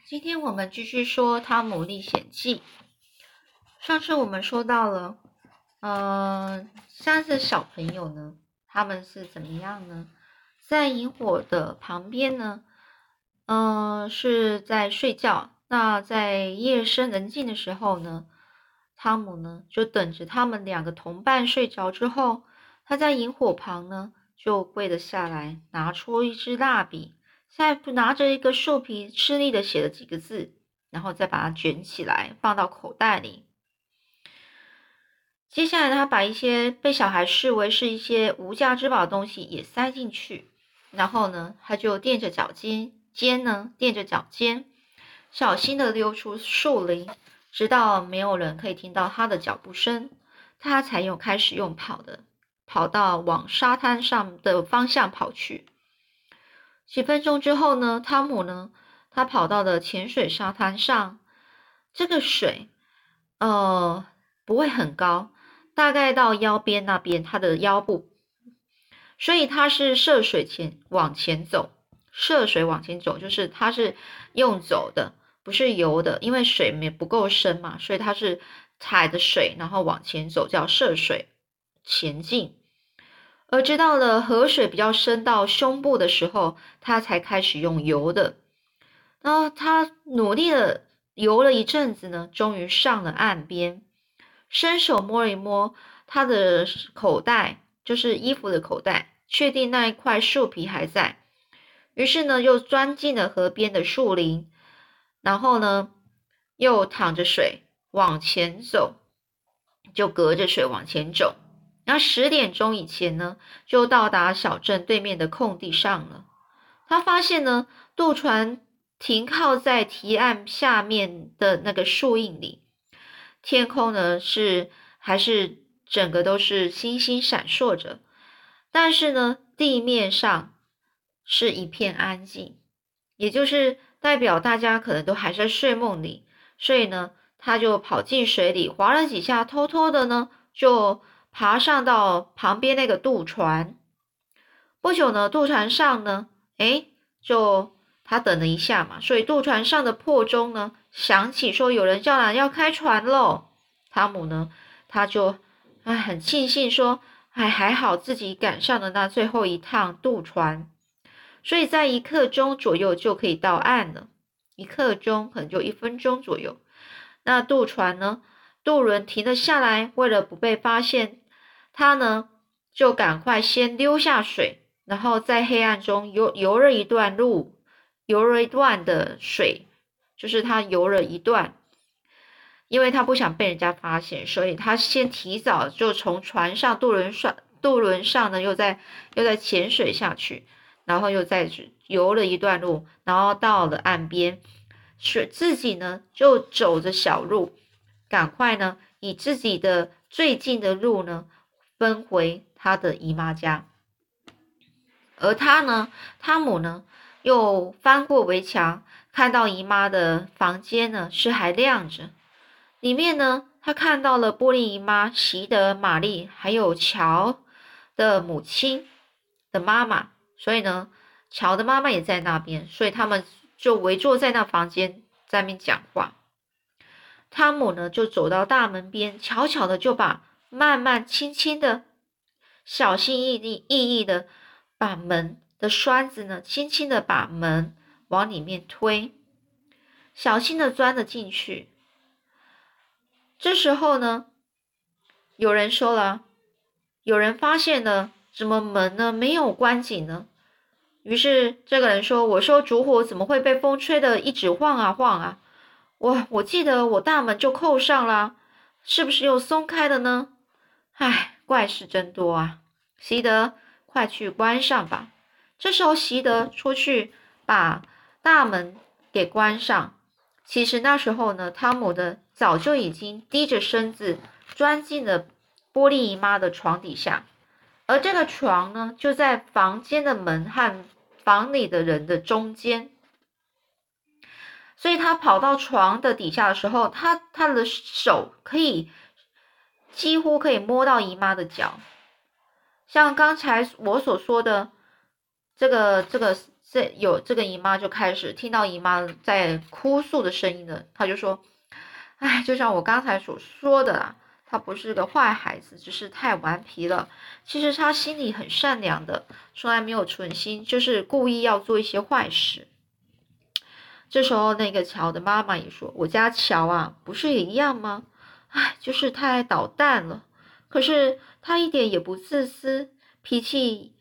今天我们继续说《汤姆历险记》。上次我们说到了，三个小朋友呢，他们是怎么样呢？在萤火的旁边呢，是在睡觉。那在夜深人静的时候呢，汤姆呢就等着他们两个同伴睡着之后，他在萤火旁呢就跪了下来，拿出一支蜡笔。再拿着一个树皮，吃力的写了几个字，然后再把它卷起来，放到口袋里。接下来，他把一些被小孩视为是一些无价之宝的东西也塞进去，然后呢，他就垫着脚尖，小心的溜出树林，直到没有人可以听到他的脚步声，他才开始用跑到往沙滩上的方向跑去。几分钟之后呢，汤姆呢，他跑到了浅水沙滩上。这个水，不会很高，大概到腰边那边，他的腰部。所以他是涉水往前走，就是他是用走的，不是游的，因为水不够深嘛，所以他是踩着水，然后往前走，叫涉水前进。而直到了河水比较深到胸部的时候，他才开始用游的。然后他努力的游了一阵子呢，终于上了岸边，伸手摸了一摸他的口袋，就是衣服的口袋，确定那一块树皮还在。于是呢，又钻进了河边的树林，然后呢，又淌着水往前走，就隔着水往前走。那10点钟以前呢，就到达小镇对面的空地上了。他发现呢，渡船停靠在堤岸下面的那个树荫里，天空呢还是整个都是星星闪烁着，但是呢，地面上是一片安静，也就是代表大家可能都还在睡梦里，所以呢，他就跑进水里，划了几下，偷偷的呢就爬上到旁边那个渡船。不久呢，渡船上呢，他等了一下嘛，所以渡船上的破钟呢响起，说有人叫了要开船喽。汤姆呢，他就很庆幸说，还好自己赶上了那最后一趟渡船，所以在1刻钟左右就可以到岸了。1刻钟可能就1分钟左右。那渡船呢，渡轮停了下来，为了不被发现，他呢就赶快先溜下水。然后在黑暗中游了一段的水，就是他游了一段，因为他不想被人家发现，所以他先提早就从船上渡轮上呢，又在潜水下去，然后又再游了一段路，然后到了岸边，自己呢就走着小路，赶快呢以自己的最近的路呢奔回他的姨妈家。而汤姆呢，又翻过围墙，看到姨妈的房间呢是还亮着，里面呢，他看到了波利姨妈、席德、玛丽，还有乔的母亲的妈妈，所以呢，乔的妈妈也在那边，所以他们就围坐在那房间，在那边讲话。汤姆呢，就走到大门边，悄悄的就慢慢、轻轻的、小心翼翼的把门的栓子呢，轻轻的把门往里面推，小心的钻了进去。这时候呢，有人说了，有人发现了，怎么门呢没有关紧呢？于是这个人说：“我说烛火怎么会被风吹得一直晃啊晃啊？我记得我大门就扣上了，是不是又松开了呢？唉，怪事真多啊！席德，快去关上吧。”这时候席德出去把大门给关上。其实那时候呢，汤姆的早就已经低着身子钻进了波利姨妈的床底下，而这个床呢，就在房间的门和房里的人的中间。所以他跑到床的底下的时候，他的手几乎可以摸到姨妈的脚。像刚才我所说的这个这个姨妈就开始听到姨妈在哭诉的声音了，她就说：“哎，就像我刚才所说的啦，他不是个坏孩子，只是太顽皮了。其实他心里很善良的，从来没有存心，就是故意要做一些坏事。”这时候，那个乔的妈妈也说：“我家乔啊，不是也一样吗？哎，就是太捣蛋了。可是他一点也不自私，脾气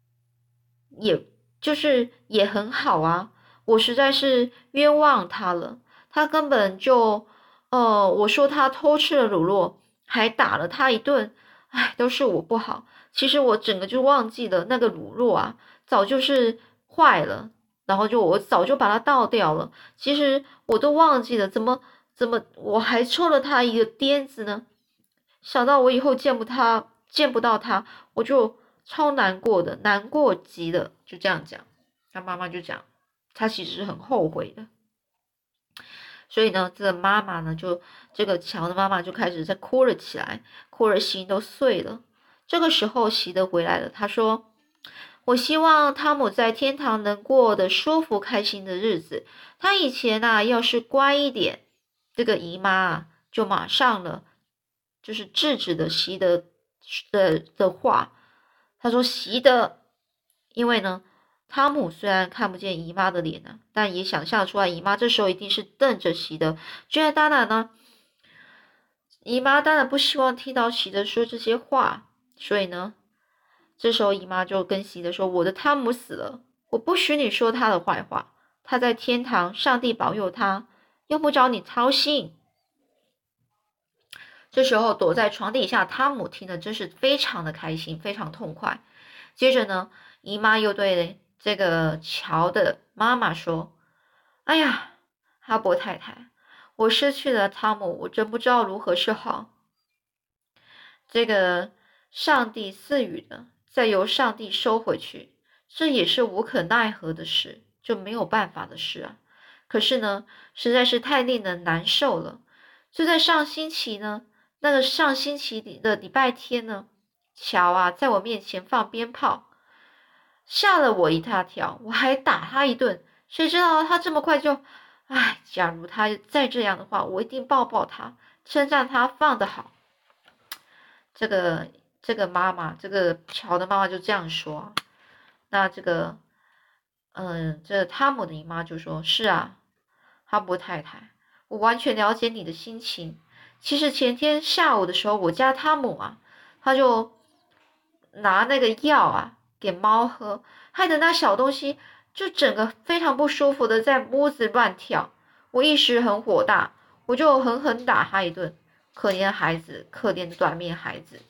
也很好啊。我实在是冤枉他了，他根本就，我说他偷吃了乳酪，还打了他一顿。哎，都是我不好。其实我整个就忘记了那个乳酪啊，早就是坏了。”然后我早就把它倒掉了，其实我都忘记了，怎么我还抽了他一个鞭子呢？想到我以后见不到他，我就超难过的，难过极了。就这样讲，他妈妈就讲，他其实是很后悔的。所以呢，这个乔的妈妈就开始在哭了起来，哭得心都碎了。这个时候，席德回来了，他说：“我希望汤姆在天堂能过得舒服开心的日子。他以前要是乖一点，这个姨妈就马上了，就是制止的席德的话。他说席德，因为呢，汤姆虽然看不见姨妈的脸呢，但也想象出来姨妈这时候一定是瞪着席德。当然呢，姨妈当然不希望听到席德说这些话，所以呢。”这时候姨妈就跟席德说：“我的汤姆死了，我不许你说他的坏话。他在天堂，上帝保佑他，用不着你操心。”这时候躲在床底下，汤姆听得真是非常的开心，非常痛快。接着呢，姨妈又对这个乔的妈妈说：“哎呀，哈勃太太，我失去了汤姆，我真不知道如何是好。这个上帝赐予的。”再由上帝收回去，这也是无可奈何的事，就没有办法的事啊。可是呢，实在是太令人难受了。就在上星期呢，那个上星期的礼拜天呢，乔在我面前放鞭炮，吓了我一大跳，我还打他一顿。谁知道他这么快就……哎，假如他再这样的话，我一定抱抱他，称赞他放得好。这个妈妈，这个乔的妈妈就这样说。那这汤姆的姨妈就说：“是啊，哈勃太太，我完全了解你的心情。其实前天下午的时候，我家汤姆他就拿那个药给猫喝，害得那小东西就整个非常不舒服的在屋子乱跳。我一时很火大，我就狠狠打他一顿。可怜的孩子，可怜的短命孩子。”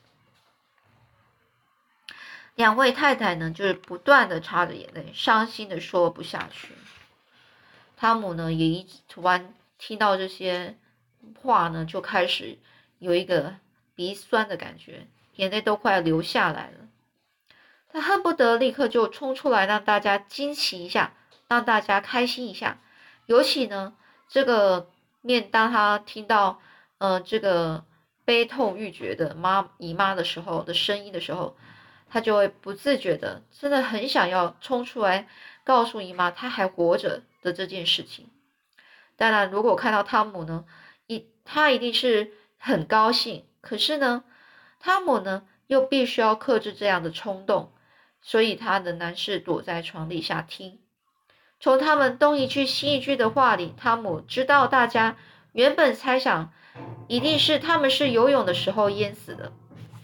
两位太太呢，就是不断的擦着眼泪，伤心的说不下去。汤姆呢，也一直突然听到这些话呢，就开始有一个鼻酸的感觉，眼泪都快要流下来了。他恨不得立刻就冲出来，让大家惊奇一下，让大家开心一下。尤其呢，当他听到这个悲痛欲绝的姨妈的声音的时候，他就会不自觉的，真的很想要冲出来告诉姨妈他还活着的这件事情。当然，如果看到汤姆呢，他一定是很高兴。可是呢，汤姆呢又必须要克制这样的冲动，所以他仍然是躲在床底下听。从他们东一句西一句的话里，汤姆知道大家原本猜想一定是他们是游泳的时候淹死的。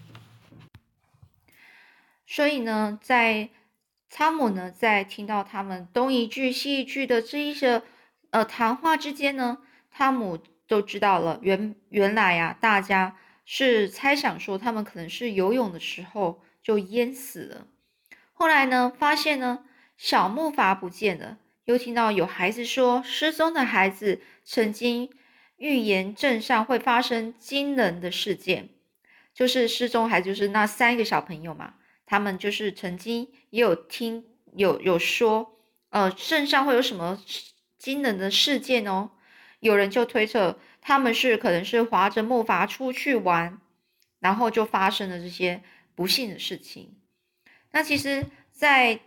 所以呢，汤姆呢在听到他们东一句西一句的这一些谈话之间呢，汤姆都知道了，原来大家是猜想说他们可能是游泳的时候就淹死了。后来呢，发现呢小木筏不见了，又听到有孩子说失踪的孩子曾经预言镇上会发生惊人的事件，就是失踪孩子就是那3个小朋友嘛。他们就是曾经也有说，镇上会有什么惊人的事件哦。有人就推测他们可能是划着木筏出去玩，然后就发生了这些不幸的事情。那其实，在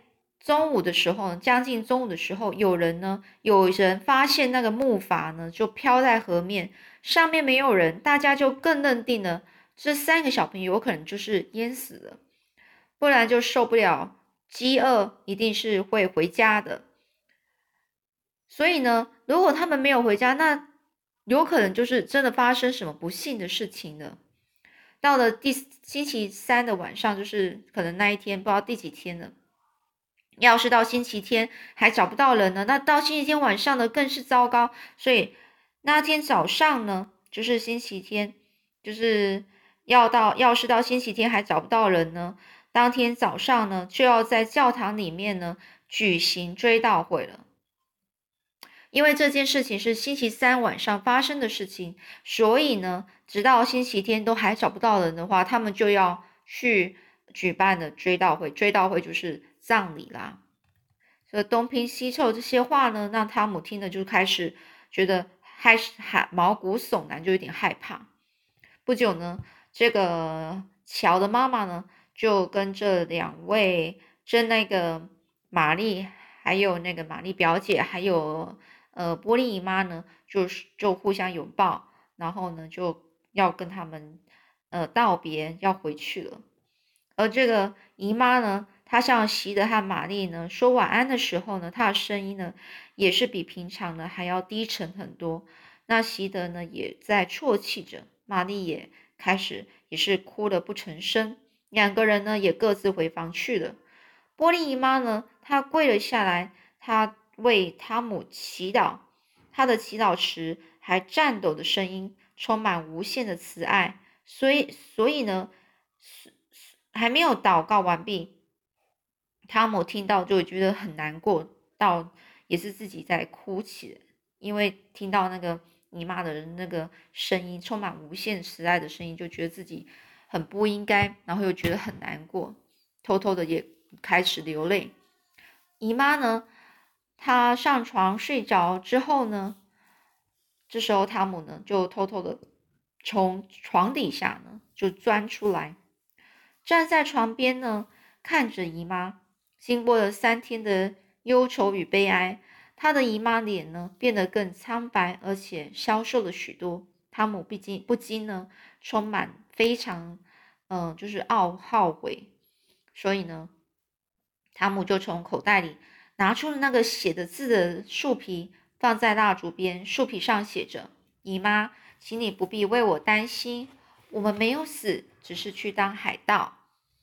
将近中午的时候，有人发现那个木筏呢就飘在河面，上面没有人，大家就更认定了这3个小朋友有可能就是淹死了，不然就受不了饥饿，一定是会回家的。所以呢，如果他们没有回家，那有可能就是真的发生什么不幸的事情了。到了星期三的晚上，就是可能那一天不知道第几天了。要是到星期天还找不到人呢，那到星期天晚上呢更是糟糕。所以那天早上呢，就是星期天，就是要是到星期天还找不到人呢，当天早上呢就要在教堂里面呢举行追悼会了。因为这件事情是星期三晚上发生的事情，所以呢，直到星期天都还找不到人的话，他们就要去举办的追悼会。追悼会就是葬礼啦。这东拼西凑这些话呢，让汤姆听了就开始觉得毛骨悚然，就有点害怕。不久呢，这个乔的妈妈呢，就跟这2位那个玛丽，还有那个玛丽表姐，还有波莉姨妈呢，就互相拥抱，然后呢就要跟他们道别，要回去了。而这个姨妈呢，她向席德和玛丽呢说晚安的时候呢，她的声音呢也是比平常呢还要低沉很多。那席德呢也在啜泣着，玛丽也开始也是哭得不成声。2个人呢也各自回房去了。波莉姨妈呢，她跪了下来，她为汤姆祈祷，她的祈祷时还颤抖的声音充满无限的慈爱。所以呢，还没有祷告完毕，汤姆听到就觉得很难过，也是自己在哭泣，因为听到那个姨妈的那个声音，充满无限慈爱的声音，就觉得自己很不应该，然后又觉得很难过，偷偷的也开始流泪。姨妈呢，她上床睡着之后呢，这时候汤姆呢就偷偷的从床底下呢就钻出来，站在床边呢，看着姨妈。经过了3天的忧愁与悲哀，她的姨妈脸呢变得更苍白，而且消瘦了许多。汤姆不禁呢充满非常就是懊悔，所以呢，汤姆就从口袋里拿出了那个写的字的树皮，放在蜡烛边。树皮上写着：“姨妈，请你不必为我担心，我们没有死，只是去当海盗。”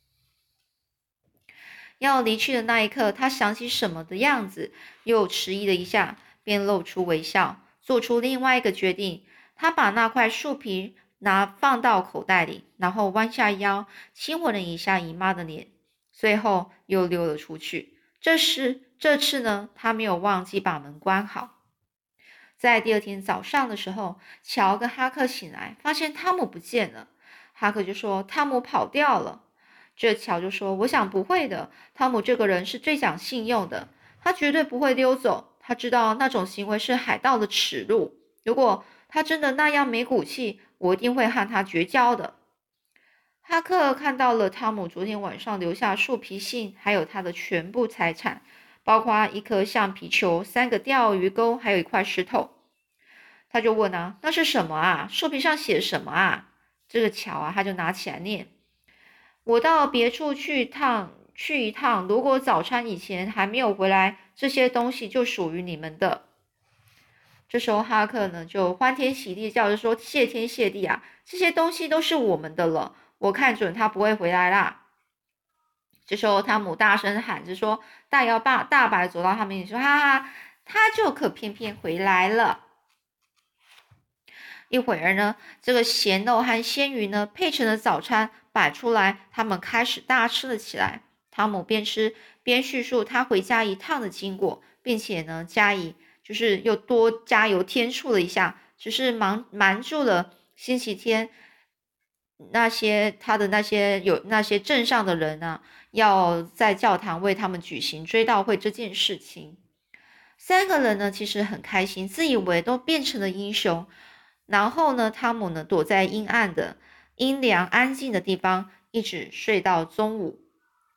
要离去的那一刻，他想起什么的样子，又迟疑了一下，便露出微笑，做出另外一个决定。他把那块树皮放到口袋里，然后弯下腰，亲吻了一下姨妈的脸，随后又溜了出去。这次呢，他没有忘记把门关好。在第2天早上的时候，乔跟哈克醒来，发现汤姆不见了。哈克就说：“汤姆跑掉了。”这乔就说：“我想不会的，汤姆这个人是最讲信用的，他绝对不会溜走。他知道那种行为是海盗的耻辱。如果他真的那样没骨气，我一定会和他绝交的。”哈克看到了汤姆昨天晚上留下树皮信，还有他的全部财产，包括1颗橡皮球、3个钓鱼钩，还有1块石头。他就问啊：“那是什么啊？树皮上写什么啊？”这个乔啊，他就拿起来念。我到别处去一趟，如果早餐以前还没有回来，这些东西就属于你们的。这时候哈克呢就欢天喜地叫着说：“谢天谢地啊，这些东西都是我们的了，我看准他不会回来啦。”这时候汤姆大声喊着说：“大白走到他面前说：哈哈，他就可偏偏回来了。”一会儿呢，这个咸肉和鲜鱼呢配成了早餐摆出来，他们开始大吃了起来。汤姆边吃边叙述他回家一趟的经过，并且呢又多加油添醋了一下，只是瞒住了星期天那些镇上的人啊，要在教堂为他们举行追悼会这件事情。3个人呢其实很开心，自以为都变成了英雄。然后呢，汤姆呢躲在阴凉安静的地方，一直睡到中午。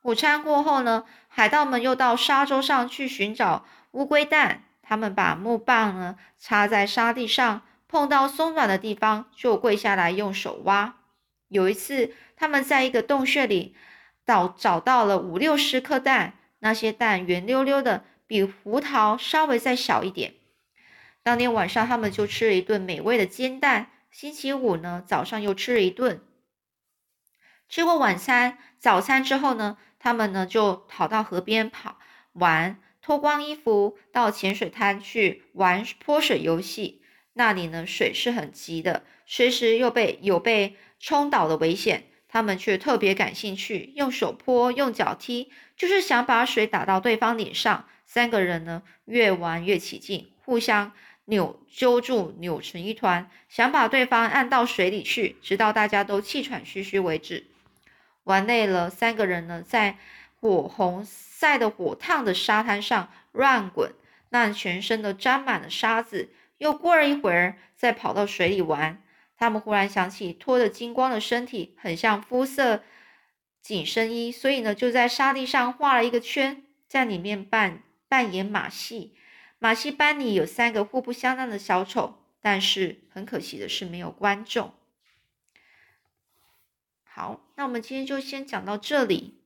午餐过后呢，海盗们又到沙洲上去寻找乌龟蛋。他们把木棒呢插在沙地上，碰到松软的地方就跪下来用手挖。有一次，他们在一个洞穴里找到了50-60颗蛋，那些蛋圆溜溜的，比胡桃稍微再小一点。当天晚上，他们就吃了一顿美味的煎蛋。星期五呢，早上又吃了一顿。吃过早餐之后呢，他们呢就跑到河边玩，脱光衣服到浅水滩去玩泼水游戏。那里呢水是很急的，随时有被冲倒的危险。他们却特别感兴趣，用手泼，用脚踢，就是想把水打到对方脸上。3个人呢越玩越起劲，互相揪住扭成一团，想把对方按到水里去，直到大家都气喘吁吁为止。玩累了，3个人呢在火红晒得火烫的沙滩上乱滚，那全身都沾满了沙子。又过了一会儿，再跑到水里玩。他们忽然想起脱得精光的身体很像肤色紧身衣，所以呢就在沙地上画了一个圈，在里面扮演马戏。马戏班里有3个互不相让的小丑，但是很可惜的是没有观众。好，那我们今天就先讲到这里。